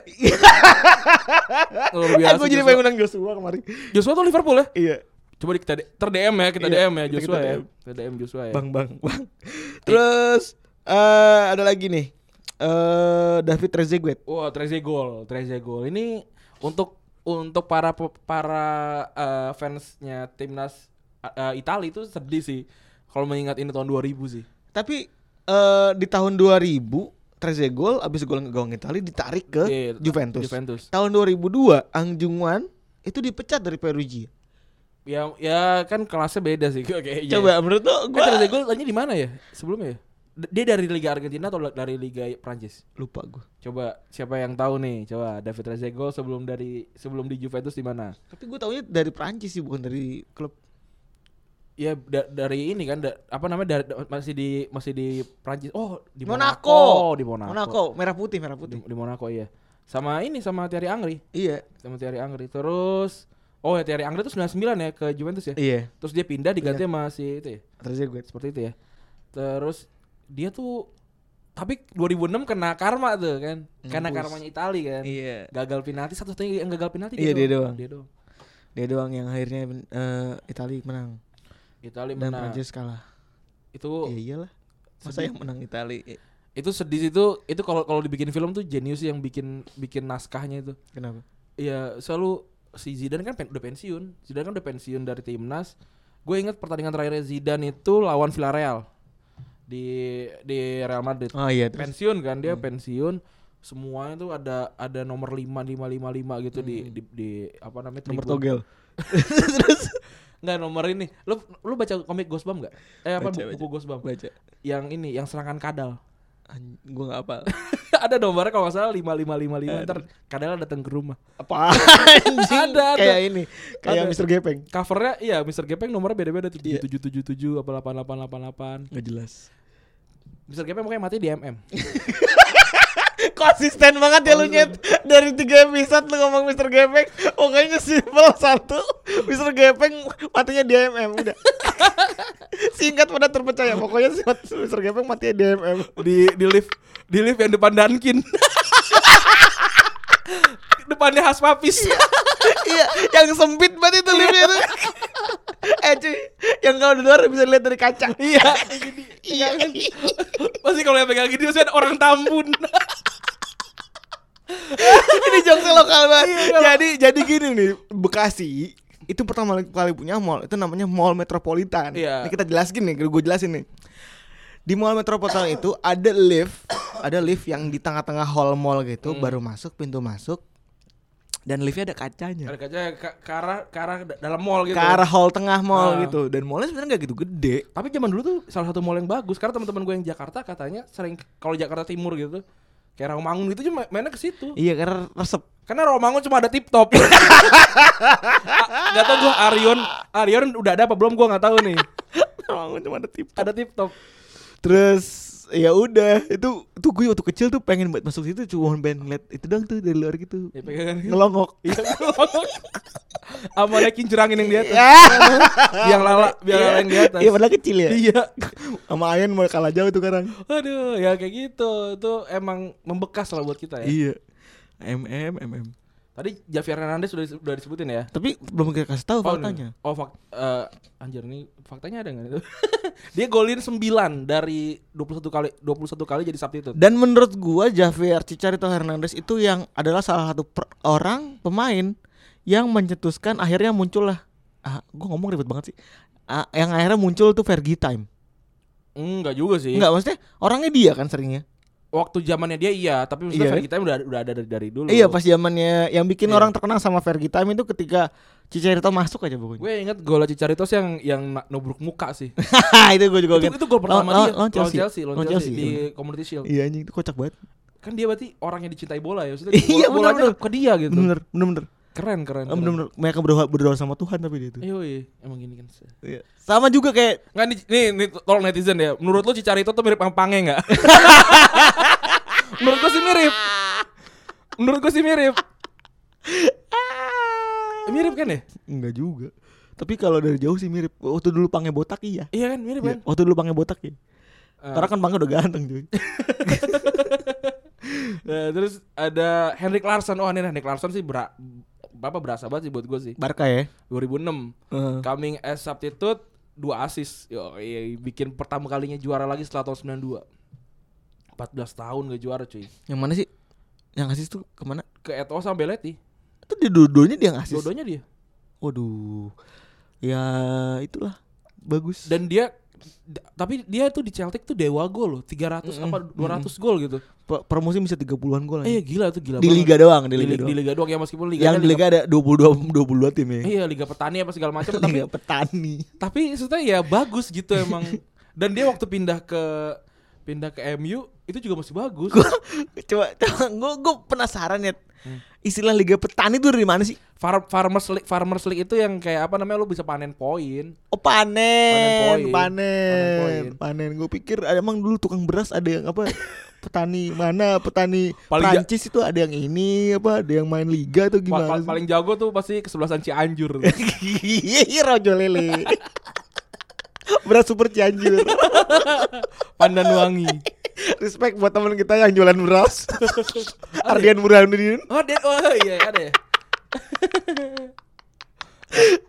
Luar Eh, biasa. gue jadi Joshua. pengen undang Joshua kemarin. Joshua tuh Liverpool ya? Iya. Coba di kita ter D M ya, kita Iya, D M ya kita- Joshua kita ya. D M. Kita D M Joshua ya. Bang bang bang. Terus eh ada lagi nih. Eh David Trezeguet. Wah, Trezeguet, Trezeguet. Ini untuk untuk para pe- para eh, fansnya timnas uh, Italia itu sedih sih kalau mengingat ini tahun dua ribu sih. Tapi eh di tahun dua ribu Trezeguet abis gol ngegawang Italia ditarik ke Iya, Juventus. Juventus. Tahun dua ribu dua Ang Jung-wan itu dipecat dari Perugia. Ya ya kan kelasnya beda sih kayaknya. Coba menurut lo Gua gua Trezeguet tanya di mana ya sebelumnya ya? D- Dia dari Liga Argentina atau dari Liga Prancis? lupa gua. Coba siapa yang tahu nih? Coba David Trezeguet sebelum dari sebelum di Juventus di mana? Tapi gua taunya dari Prancis sih bukan dari klub. Ya da- dari ini kan da- apa namanya da- da- masih di masih di Prancis. Oh, di Monaco. Monaco, di Monaco. Monaco, merah putih, merah Di, putih. di Monaco iya. Sama ini sama Thierry Henry, Iya. sama Thierry Henry. Terus oh ya Thierry Henry itu sembilan puluh sembilan ya ke Juventus ya. Iya. Terus dia pindah diganti sama si itu ya. Trezeguet. Seperti itu ya. Terus dia tuh tapi dua ribu enam kena karma tuh kan. Karena Mampus. karmanya Italia kan. Iya. Gagal penalti, satu-satunya yang gagal penalti Iya, dia doang. Dia doang. Dia doang yang akhirnya eh Italia menang. Italia dan menang. Prancis kalah. Itu Ya iyalah. Masa yang menang Italia? itu sedih itu itu kalau kalau dibikin film tuh jenius yang bikin bikin naskahnya itu. Kenapa? Iya, selalu si Zidane kan pen, udah pensiun. Zidane kan udah pensiun dari timnas. Gue inget pertandingan terakhir Zidane itu lawan Villarreal di di Real Madrid. Oh iya, terus? Pensiun kan dia hmm. pensiun. Semuanya tuh ada ada nomor lima lima lima lima gitu hmm. di, di di apa namanya? Nomor tribun. togel. Terus enggak nomor ini. Lu lu baca komik Ghostbump enggak? Eh apa baca, buku baca. Ghostbump? Baca. Yang ini, yang serangan kadal. Gue gak hafal. Ada nomornya kalau nggak salah lima lima lima lima ntar kadal datang ke rumah. Apa? Ada, ada. Kayak ini, kayak Ada. mister Gepeng. Covernya iya mister Gepeng nomornya beda-beda tuh tujuh tujuh tujuh tujuh apa delapan delapan delapan delapan. Gak jelas. mister Gepeng pokoknya mati di M M. Konsisten banget ya lu Nyet. Dari tiga episode lu ngomong mister Gepeng. Pokoknya simple satu, mister Gepeng matinya di M M. Udah. Singkat pada terpercaya. Pokoknya mister Gepeng matinya di M M. Di di lift di lift yang depan Dunkin. Depannya khas papis. Iya, yang sempit banget itu liftnya tuh. Eh cuy, yang kalau di luar bisa lihat dari kaca. Iya. Iya kan. Pasti kalau yang pegang gini pasti ada orang Tambun. Ini jokesnya lokal banget. Jadi jadi gini nih, Bekasi itu pertama kali punya mall, itu namanya Mall Metropolitan. Iya. Ini kita jelasin nih, gue jelasin nih. Di Mall Metropolitan itu ada lift, ada lift yang di tengah-tengah hall mall gitu, hmm. baru masuk pintu masuk. Dan liftnya ada kacanya. Ada kaca ke, ke arah ke arah dalam mall gitu. Ke arah hall tengah mall ah. gitu. Dan mallnya sebenarnya nggak gitu gede. Tapi zaman dulu tuh salah satu mall yang bagus karena teman-teman gue yang Jakarta katanya sering kalau Jakarta Timur gitu. Kayak Rawamangun gitu cuma mainnya ke situ. Iya, karena resep. Karena Rawamangun cuma ada Tip Top. Enggak tahu gua Arion, Arion udah ada apa belum gua enggak tahu nih. Rawamangun cuma ada Tip Top. Ada Tip Top. Terus ya udah, itu itu gue waktu kecil tuh pengen buat masuk situ cuma pengen ngeliat itu dong tuh dari luar gitu. Ya pegangan ngelongok. Iya, ngelongok. Sama naikin jerangin yang di atas. Yang lala, biar lala yang di atas. Iya, padahal kecil ya. Iya. Sama Ayan mau kalah jauh tuh sekarang. Aduh, ya kayak gitu. Itu emang membekas lah buat kita ya. Iya. M M M M. Tadi Javier Hernandez sudah sudah disebutin ya. Tapi belum kita kasih tahu Oh, faktanya. Oh, fak uh, anjir nih faktanya ada enggak itu? Dia golin sembilan dari dua puluh satu kali dua puluh satu kali jadi substitute. Dan menurut gua Javier Chicharito Hernandez itu yang adalah salah satu per- orang pemain yang mencetuskan akhirnya muncul lah. Ah, gua ngomong ribet banget sih. Ah, yang akhirnya muncul tuh Fergie time. Enggak juga sih. Enggak, maksudnya orangnya dia kan seringnya. Waktu zamannya dia iya, tapi maksudnya Iya. Fergie Time udah udah ada dari, dari dulu. Iya, pas zamannya yang bikin Iya. orang terkenal sama Fergie time itu ketika Chicharito masuk aja pokoknya. Gue inget gol Chicharito yang yang nubruk muka sih. itu gue juga itu, itu gol pertama Lawan- dia lawan Chelsea. Chelsea, lawan Lawan Chelsea, Chelsea, di iya. Community Shield. Iya anjing, itu kocak banget. Kan dia berarti orang yang dicintai bola ya, maksudnya Iya, bola, bolanya bener-bener. ke dia gitu. Bener, bener-bener. Keren, keren. Oh, bener-bener. Mereka berdoa, berdoa sama Tuhan tapi dia itu. Iya, iya, emang gini kan. Iya. Sama juga kayak Nggak nih, nih, nih tolong netizen ya. Menurut lu Chicharito tuh mirip sama Pange enggak? Menurut gue sih mirip. Menurut gue sih mirip. Mirip kan ya? enggak juga. Tapi kalau dari jauh sih mirip. Waktu dulu Pange botak iya. Iya kan, mirip kan? Iya. Waktu dulu Pange botak ya. Uh. Karena kan Pange udah ganteng cuy. Nah, terus ada Henrik Larsson. Oh, ini Henrik Larsson sih bera, apa berasa banget sih buat gue sih. Barca ya. dua ribu enam Uh. Coming as substitute, dua assist. Yo, iya, bikin pertama kalinya juara lagi setelah tahun sembilan puluh dua. empat belas tahun gak juara cuy. Yang mana sih? Yang asis tuh kemana? Ke Eto'o sama Belletti. Itu di dua-duanya dia yang asis. Dua-duanya dia. Waduh. Ya itulah. Bagus. Dan dia d- tapi dia tuh di Celtic tuh dewa gol loh, tiga ratus Mm-mm. apa dua ratus gol gitu. per, per musim bisa tiga puluhan gol. Eh gila tuh gila di banget. liga doang, di Di, liga li- doang. di liga doang ya meskipun liga Yang di liga ada dua puluh dua dua puluh dua tim ya. Iya, liga petani apa segala macam tapi Liga petani. tapi maksudnya ya bagus gitu emang. Dan dia waktu pindah ke pindah ke M U itu juga masih bagus. Gua coba gue gue penasaran ya. Hmm. Istilah liga petani itu dari mana sih? Far, farmers league, farmers league itu yang kayak apa namanya lu bisa panen poin. Oh panen, Panen poin. panen, Panen panen. Gue pikir ada emang dulu tukang beras ada yang apa petani mana petani Paling ja- Prancis itu ada yang ini apa ada yang main liga atau Pa- gimana? pa- paling jago tuh pasti kesebelasan Cianjur. Iya Rojo Lele. Beras super Cianjur. Pandan Wangi. Respect buat teman kita yang jualan beras. Ardian Burhanuddin. Oh, dia, oh iya ada ya.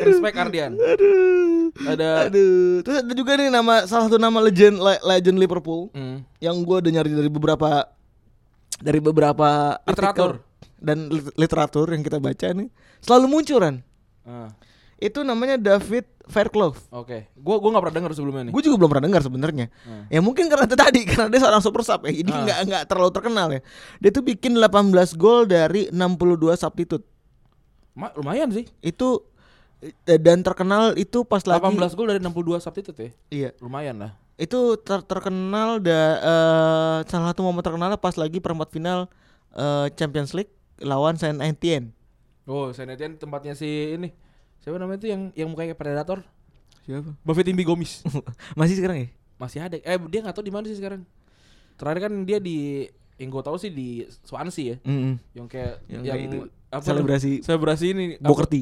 Respect Ardian. Aduh. Ada Aduh. Terus ada juga nih nama salah satu nama legend le- legend Liverpool Hmm. yang gue udah nyari dari beberapa dari beberapa Literatur. artikel dan lit- literatur yang kita baca nih selalu muncul Ran. Ah, Itu namanya David Fairclough. Oke. Gua gua enggak pernah dengar sebelumnya nih. Gue juga belum pernah dengar sebenarnya. Hmm. Ya mungkin karena itu tadi karena dia seorang super sub ya. Jadi Ah. nggak nggak terlalu terkenal ya. Dia tuh bikin delapan belas gol dari enam puluh dua substitute. Ma- lumayan sih. Itu eh, dan terkenal itu pas lagi delapan belas gol dari enam puluh dua substitute ya. Iya. Lumayan lah. Itu ter- terkenal da, eh, salah satu momen terkenalnya pas lagi perempat final eh, Champions League lawan Saint Etienne. Oh, Saint Etienne tempatnya si ini. Siapa namanya itu yang yang mukanya kayak predator? Siapa? Buffett Imbi Gomis. Masih sekarang ya? Masih ada. Eh dia enggak tahu di mana sih sekarang. Terakhir kan dia di yang gue tahu sih di Swansea ya. Mm-mm. Yang kayak Yang yang, kayak itu. apa Selebrasi. namanya? Selebrasi ini apa? Bokerti.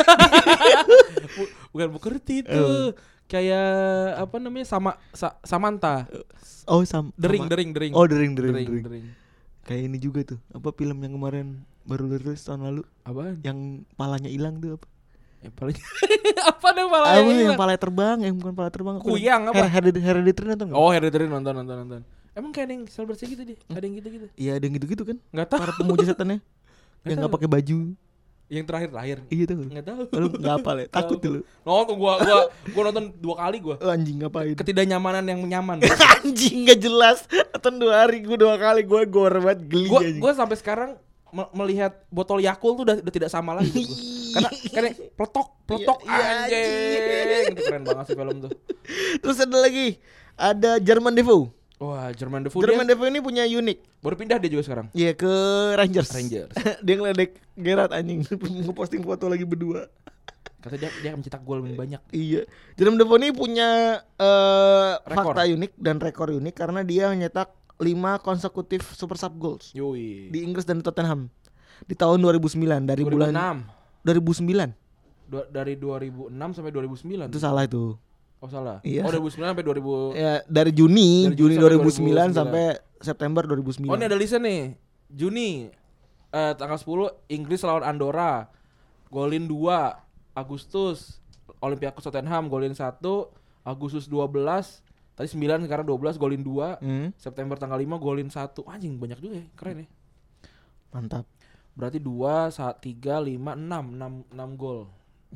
Bu- bukan Bukerti itu. Oh. Kayak apa namanya? Sama Sa- Samantha. Oh, sam. Dering, sama- dering, dering. Oh, dering, dering, dering, dering. dering. Kayak ini juga tuh. Apa film yang kemarin baru rilis tahun lalu Apaan? yang palanya hilang tuh apa? Yang paling apa deh malah Ah, yang yang hilang? palanya terbang, yang bukan pala terbang. apa? Kuyang apa? Her- Hereditary Hereditary nonton nggak? Oh, Hereditary nonton nonton nonton. Emang kayak ada yang selebrasi gitu deh. Ada yang gitu-gitu. Iya, ada yang gitu-gitu kan? Enggak tahu. Para pemuja setannya yang nggak tahu. pakai baju. Yang terakhir-terakhir. Iya tuh. Enggak tahu. Lu nggak apa le? Takut tuh lu. Nonton gua gua gua nonton dua kali gua. Oh, anjing ngapain? Ketidaknyamanan yang nyaman. Anjing nggak jelas. Nonton dua hari gue dua kali gue gore banget geli Gua anjing. gua sampai sekarang me- melihat botol Yakult tuh udah, udah tidak sama lagi gitu. Karena karena peletok, peletok Iya, iya, anjing. Itu keren banget sih film tuh. Terus ada lagi ada Jerman Defoe. Wah, Jerman Defoe Jerman dia Defoe ini punya unik. baru pindah dia juga sekarang. Iya ke Rangers. Rangers. Dia ngeledek Gerrard anjing ngeposting foto lagi berdua. Kata dia dia akan mencetak gol lebih banyak. Iya. Jerman Defoe ini punya eh, Rekor. fakta unik dan rekor unik karena dia menyetak lima konsekutif super sub goals Yoi. di Inggris dan Tottenham di tahun dua ribu sembilan dari dua ribu bulan enam. dua ribu sembilan. Dua- dari dua ribu enam sampai dua ribu sembilan. Itu salah itu. Oh salah. Iya. Oh dua ribu sembilan sampai dua ribu. Ya dari Juni, Dari Juni Juni sampai dua ribu sembilan dua ribu sembilan sampai September dua ribu sembilan. Oh ini ada listnya nih. Juni eh, tanggal sepuluh Inggris lawan Andorra. Golin dua. Agustus Olympiakos Tottenham golin satu. Agustus dua belas. Tadi sembilan sekarang dua belas golin dua. Hmm, September tanggal lima golin satu. Anjing banyak juga ya. Keren ya. mantap. Berarti dua, tiga, lima, enam, enam, enam gol.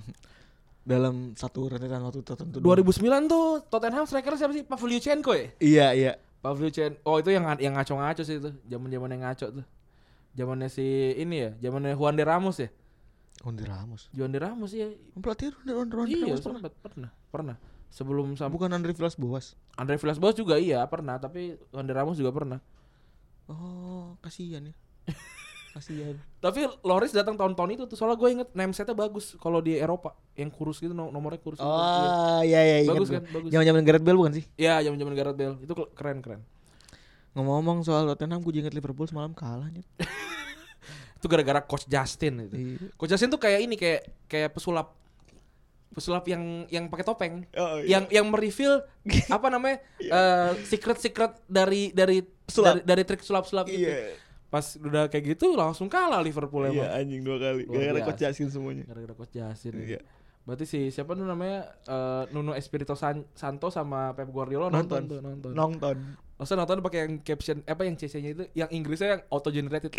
Dalam satu rentetan waktu tertentu. dua ribu sembilan tuh Tottenham striker siapa sih? Pavlyuchenko ya? Iya, iya. Pavlyuchenko. Oh itu yang yang ngaco-ngaco sih itu. Zaman-zaman yang ngaco tuh. Zamannya si ini ya, zamannya Juan de Ramos ya. Juan de Ramos. Juan de Ramos ya. Pelatih Juan de Iya, Ramos pernah. sempat pernah. Pernah. Sebelum sama Bukan Andre Villas-Boas. Andre Villas-Boas juga iya pernah, tapi Juan de Ramos juga pernah. Oh, kasihan ya. Kasihan. Tapi Loris datang tahun-tahun itu tuh soalnya gue inget namesetnya bagus kalau di Eropa yang kurus gitu no- nomornya kurus. gitu. Oh, iya iya ingat Bagus gua. kan, bagus. Zaman-zaman Gareth Bale bukan sih? Iya, zaman-zaman Gareth Bale. Itu ke- keren-keren. Ngomong-ngomong soal Tottenham, gue ingat Liverpool semalam kalah nih. Itu gara-gara coach Justin itu. Iya. Coach Justin tuh kayak ini kayak kayak pesulap. Pesulap yang yang pakai topeng. Oh, Yang yang mereveal apa namanya? eh, secret-secret dari dari Sulap. dari, dari trik sulap-sulap gitu. Iya. Pas udah kayak gitu langsung kalah Liverpool emang. Iya, anjing dua kali. Luar Gara-gara biasa. coach Yasin semuanya. Gara-gara coach Justin. Iya. Berarti si siapa tuh namanya eh, Nuno Espirito San- Santo sama Pep Guardiola nonton, Nonton. tuh nonton. Nonton. Maksudnya nonton pakai yang caption apa yang C C-nya itu yang Inggrisnya yang auto generated.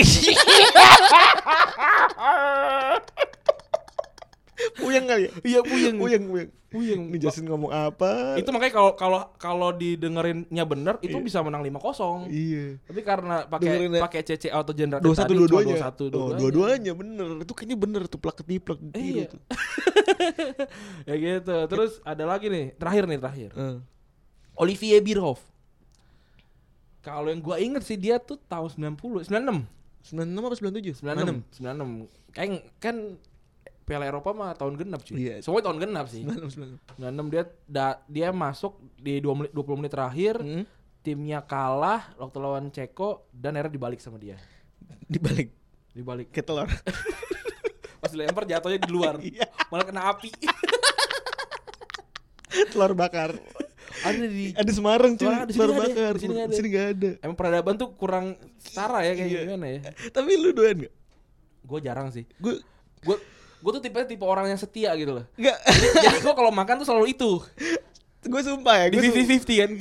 Puyeng kali ya? Iya puyeng. Puyeng, puyeng. Puyeng. Ini Jasin ngomong apa? Itu makanya kalau kalau kalau didengerinnya bener itu Iya. bisa menang lima kosong. Iya. Tapi karena pakai Dengerin ya. pakai C C auto generated Dua satu tadi dua cuma duanya. dua satu Oh, dua-duanya bener. Itu kayaknya bener tuh plak ketiplak Iya. biru tuh. Ya gitu. Terus ada lagi nih, terakhir nih terakhir. Eh. Olivier Bierhoff. Kalau yang gua inget sih dia tuh tahun sembilan puluh, sembilan puluh enam. sembilan puluh enam apa sembilan puluh tujuh? sembilan puluh enam, sembilan puluh enam. Kayak kan Piala Eropa mah tahun genap cuy. Iya. Semua tahun genap sih. sembilan puluh enam, sembilan puluh enam. sembilan puluh enam dia da- dia masuk di dua menit dua puluh menit terakhir. Hmm. Timnya kalah waktu lawan Ceko dan akhirnya dibalik sama dia. Dibalik Dibalik. ke telur. Pas dilempar jatuhnya di luar. Iya. Malah kena api. Telur bakar. Ada di Ada Semarang cuy. Semarang, di sini Telur nggak ada, bakar. di sini nggak ada. Di sini nggak ada. Emang peradaban tuh kurang setara ya kayak Iya. gimana ya? Tapi lu doyan gak? Gue jarang sih. Gue Gue gue tuh tipe tipe orang yang setia gitu loh. Enggak. Jadi gue kalau makan tuh selalu itu. Gue sumpah ya, Di gue fifty fifty kan.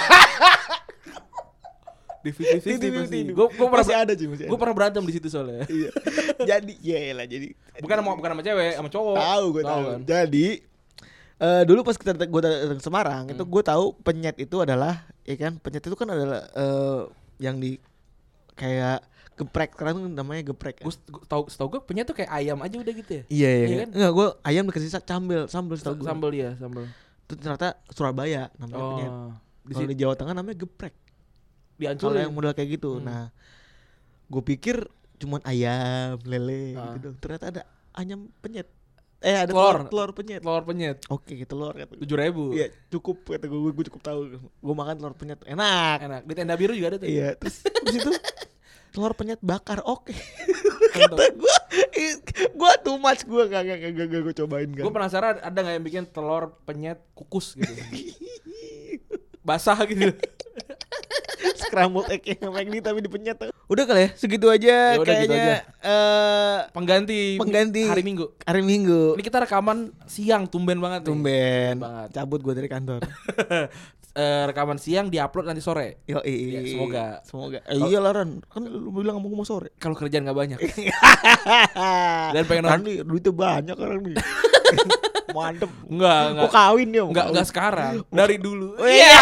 Di fifty fifty pasti. Gue gue pernah masih ada sih, masih ada. gue pernah berantem di situ soalnya. Iya. Jadi, ya lah jadi. Bukan sama bukan sama cewek, sama cowok. Tahu gue tahu. kan. Jadi eh dulu pas kita gue datang ke Semarang, Hmm. itu gue tahu penyet itu adalah, ya kan, penyet itu kan adalah eh yang di kayak geprek, sekarang tuh namanya geprek. Ya? Gue tahu setahu gue penyet tuh kayak ayam aja udah gitu ya. Iya, iya, Iya kan? Enggak, gue ayam dikasih sak sambel, sambel setahu gue. Sambal dia, sambal. Itu ternyata Surabaya namanya penyet. Oh. Di Kalau sini di Jawa Tengah namanya geprek. Kalau dihancurin. yang model kayak gitu. Hmm. Nah, gue pikir cuman ayam, lele Ah. gitu. Ternyata ada ayam penyet. Eh ada Telur. telur, telur penyet. Telur penyet Oke, telur kata gue. tujuh ribu. Iya, cukup kata gue, gue cukup tahu. Gue makan telur penyet enak. Enak. Di tenda biru juga ada tuh. Iya, terus habis itu telur penyet bakar. Oke. Mantap. Kata gue, gue too much, gue gak gak gak gak gue cobain kan. Gue penasaran ada nggak yang bikin telur penyet kukus gitu. Basah gitu. Scrambled egg yang McD tapi dipenyet. Udah kali ya, segitu aja Ya udah, gitu kayaknya. eh Pengganti Pengganti hari Minggu. hari Minggu. Ini kita rekaman siang, tumben banget nih. Tumben banget. cabut gue dari kantor. Eh, rekaman siang diupload nanti sore. Yo, Ya, semoga. semoga. Eh, iya lah Ran, kan lu bilang mau mau sore. Kalau kerjaan nggak banyak. Dan pengen Kan nonton. nih duitnya banyak orang nih. Mantep. Enggak, enggak. Mau kawin ya? mau Enggak, kawin. enggak sekarang. Dari dulu. Iya.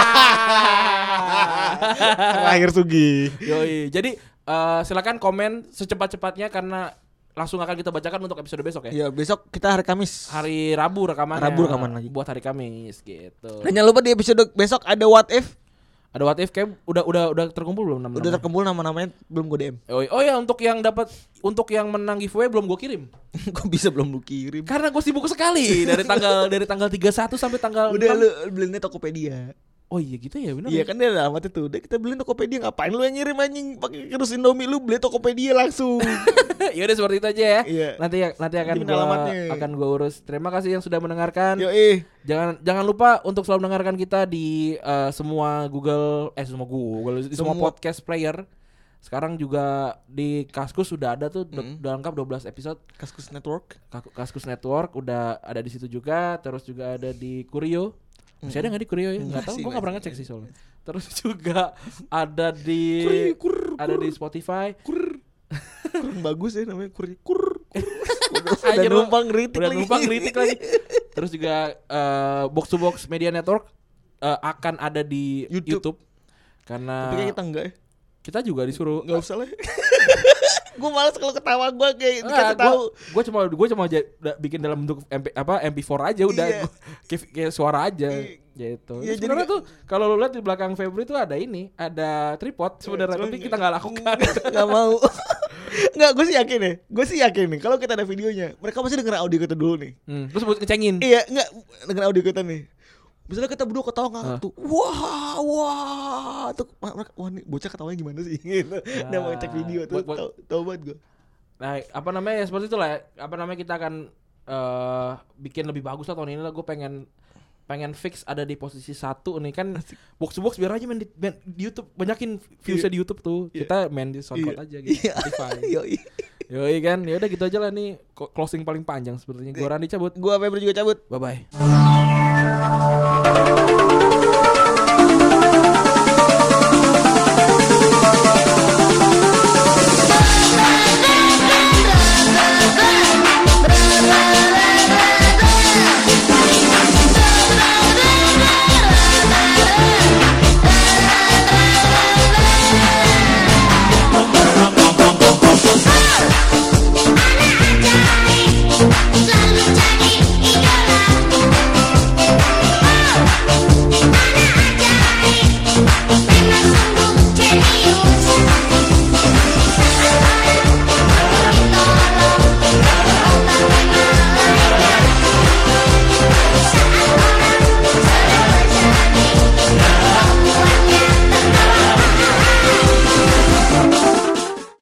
Terakhir Sugi. Yoi. Jadi eh, silakan komen secepat-cepatnya karena langsung akan kita bacakan untuk episode besok ya. Iya, besok kita hari Kamis. Hari Rabu rekamannya. Rabu rekaman lagi. Buat hari Kamis gitu. Dan jangan lupa di episode besok ada what if. Ada what if kayak udah udah udah terkumpul belum nama-nama? Udah terkumpul nama-namanya, belum gue D M. Oh, oh ya untuk yang dapat untuk yang menang giveaway belum gue kirim. Kok bisa belum lu kirim? Karena gue sibuk sekali dari tanggal dari tanggal tiga puluh satu sampai tanggal Udah enam. lu belinya Tokopedia. Oh iya gitu ya benar. Iya kan dia ada alamatnya tuh. Udah kita beliin Tokopedia, ngapain lu yang ngirim anjing pakai kardus Indomie, lu beli Tokopedia langsung. Ya udah seperti itu aja ya. Iya. Nanti nanti akan Kirim gua alamatnya. akan gua urus. Terima kasih yang sudah mendengarkan. Yo eh. Jangan jangan lupa untuk selalu mendengarkan kita di eh, semua Google eh semua Google di semua, Semua. podcast player. Sekarang juga di Kaskus sudah ada tuh Mm. udah lengkap dua belas episode. Kaskus Network. Ka- Kaskus Network udah ada di situ juga, terus juga ada di Kurio. Masih ada nggak di Kurio ya? Nggak tahu, Masih, gue nggak pernah masih, ngecek sih soalnya. Terus juga ada di Kurio, kur, ada di Spotify. Kur. Kurang bagus ya namanya kur. Kur. Udah, Aja udah lu. numpang kritik Udah lagi. numpang kritik lagi. Terus juga eh, Box to Box Media Network eh, akan ada di YouTube. YouTube. Karena Tapi kayak kita enggak ya. kita juga disuruh Enggak usah lah. Gue malas kalau ketawa gue kayak dikasih gue tahu. gue cuma gue cuma aja bikin dalam bentuk M P, apa M P four aja udah Iya. Gua- kayak, kayak suara aja Iya. gitu. Iya, Sebenarnya jadi tuh kalau lu lihat di belakang Febri tuh ada ini, ada tripod sebenarnya Cuman- tapi kita nggak lakukan. Nggak mau. Enggak, gue sih yakin ya. Gue sih yakin nih kalau kita ada videonya, mereka pasti denger audio kita dulu nih. Hmm, terus buat ngecengin. Iya, enggak denger audio kita nih. Misalnya kita berdua ketawa ngakak Ah. tuh. Wah, wah. Tuh mereka, wah nih bocah ketawanya gimana sih gitu. Dia mau cek video tuh. Buat- buat- Tahu tahu banget gue. Nah, apa namanya ya seperti itulah. Ya. Apa namanya kita akan eh, bikin lebih bagus lah tahun ini lah. Gue pengen pengen fix ada di posisi satu nih kan. Box to box biar aja main di, main di YouTube, banyakin viewsnya di YouTube tuh. Iya. Kita main di SoundCloud Iya. aja gitu. Iya. Spotify. Yoi. Yoi kan. Ya udah gitu aja lah nih co- closing paling panjang sepertinya. Gua Randi cabut. Gua Febri juga cabut. Bye bye.